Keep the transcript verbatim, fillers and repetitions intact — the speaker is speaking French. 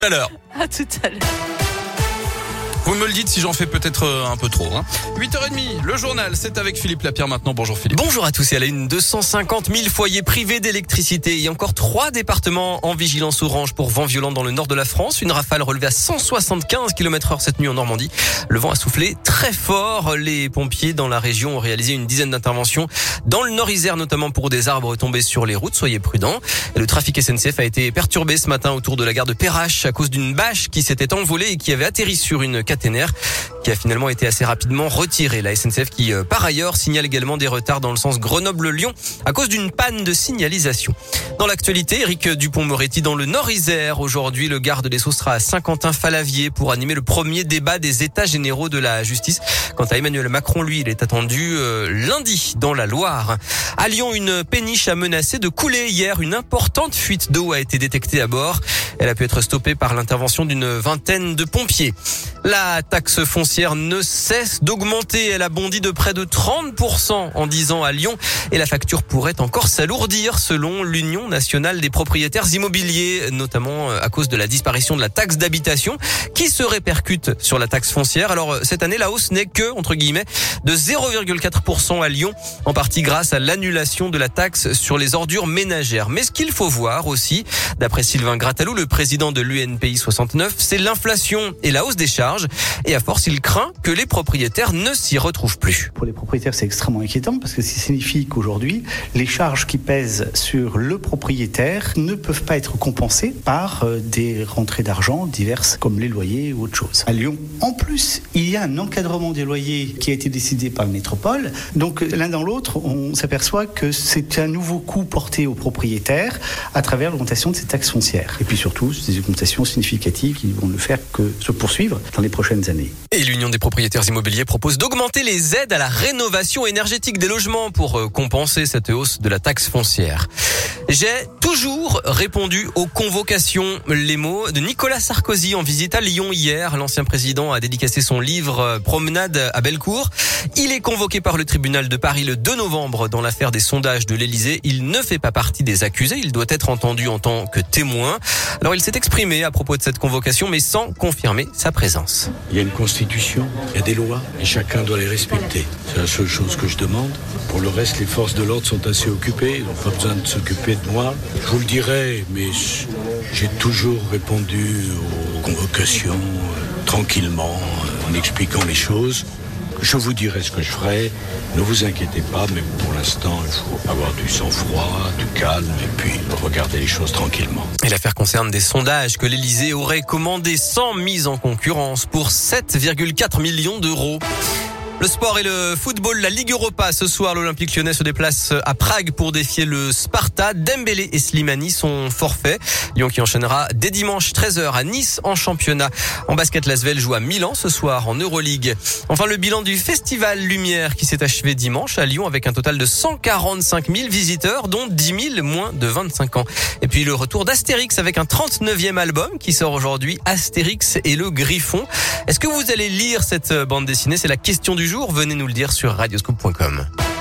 À l'heure. À tout à l'heure. Vous me le dites si j'en fais peut-être un peu trop. Hein. huit heures trente, le journal, c'est avec Philippe Lapierre maintenant. Bonjour Philippe. Bonjour à tous et à la une, deux cent cinquante mille foyers privés d'électricité et encore trois départements en vigilance orange pour vent violent dans le nord de la France. Une rafale relevée à cent soixante-quinze kilomètres heure cette nuit en Normandie. Le vent a soufflé très fort. Les pompiers dans la région ont réalisé une dizaine d'interventions dans le Nord-Isère, notamment pour des arbres tombés sur les routes. Soyez prudents. Et le trafic S N C F a été perturbé ce matin autour de la gare de Perrache à cause d'une bâche qui s'était envolée et qui avait atterri sur une caténaire qui a finalement été assez rapidement retirée. La S N C F qui, euh, par ailleurs, signale également des retards dans le sens Grenoble-Lyon à cause d'une panne de signalisation. Dans l'actualité, Éric Dupond-Moretti dans le Nord-Isère. Aujourd'hui, le garde des Sceaux sera à Saint-Quentin-Falavier pour animer le premier débat des États généraux de la justice. Quant à Emmanuel Macron, lui, il est attendu euh, lundi dans la Loire. À Lyon, une péniche a menacé de couler hier. Une importante fuite d'eau a été détectée à bord. Elle a pu être stoppée par l'intervention d'une vingtaine de pompiers. La taxe foncière ne cesse d'augmenter. Elle a bondi de près de trente pour cent en dix ans à Lyon. Et la facture pourrait encore s'alourdir selon l'Union nationale des propriétaires immobiliers, notamment à cause de la disparition de la taxe d'habitation qui se répercute sur la taxe foncière. Alors cette année, la hausse n'est que, entre guillemets, de zéro virgule quatre pour cent à Lyon, en partie grâce à l'annulation de la taxe sur les ordures ménagères. Mais ce qu'il faut voir aussi, d'après Sylvain Grattalou, le président de l'U N P I soixante-neuf, c'est l'inflation et la hausse des charges. Et à force, il craint que les propriétaires ne s'y retrouvent plus. Pour les propriétaires, c'est extrêmement inquiétant parce que ça signifie qu'aujourd'hui, les charges qui pèsent sur le propriétaire ne peuvent pas être compensées par des rentrées d'argent diverses comme les loyers ou autre chose. À Lyon, en plus, il y a un encadrement des loyers qui a été décidé par la métropole. Donc l'un dans l'autre, on s'aperçoit que c'est un nouveau coût porté aux propriétaires à travers l'augmentation de ces taxes foncières. Et puis surtout, des augmentations significatives qui vont ne faire que se poursuivre dans les prochaines années. Et l'Union des propriétaires immobiliers propose d'augmenter les aides à la rénovation énergétique des logements pour compenser cette hausse de la taxe foncière. J'ai toujours répondu aux convocations. Les mots de Nicolas Sarkozy en visite à Lyon hier. L'ancien président a dédicacé son livre Promenade à Bellecour. Il est convoqué par le tribunal de Paris le deux novembre dans l'affaire des sondages de l'Élysée. Il ne fait pas partie des accusés. Il doit être entendu en tant que témoin. Alors il s'est exprimé à propos de cette convocation, mais sans confirmer sa présence. Il y a une constitution, il y a des lois et chacun doit les respecter. C'est la seule chose que je demande. Pour le reste, les forces de l'ordre sont assez occupées. Ils n'ont pas besoin de s'occuper de moi. Je vous le dirai, mais j'ai toujours répondu aux convocations euh, tranquillement, euh, en expliquant les choses. Je vous dirai ce que je ferai. Ne vous inquiétez pas, mais pour l'instant, il faut avoir du sang-froid, du calme et puis regarder les choses tranquillement. Et l'affaire concerne des sondages que l'Élysée aurait commandés sans mise en concurrence pour sept virgule quatre millions d'euros. Le sport et le football, la Ligue Europa. Ce soir, l'Olympique Lyonnais se déplace à Prague pour défier le Sparta. Dembélé et Slimani sont forfaits. Lyon qui enchaînera dès dimanche treize heures à Nice en championnat. En basket, l'Asvel joue à Milan ce soir en Euroleague. Enfin, le bilan du Festival Lumière qui s'est achevé dimanche à Lyon avec un total de cent quarante-cinq mille visiteurs, dont dix mille moins de vingt-cinq ans. Et puis le retour d'Astérix avec un trente-neuvième album qui sort aujourd'hui, Astérix et le Griffon. Est-ce que vous allez lire cette bande dessinée? C'est la question du jour. Venez nous le dire sur radioscoop point com.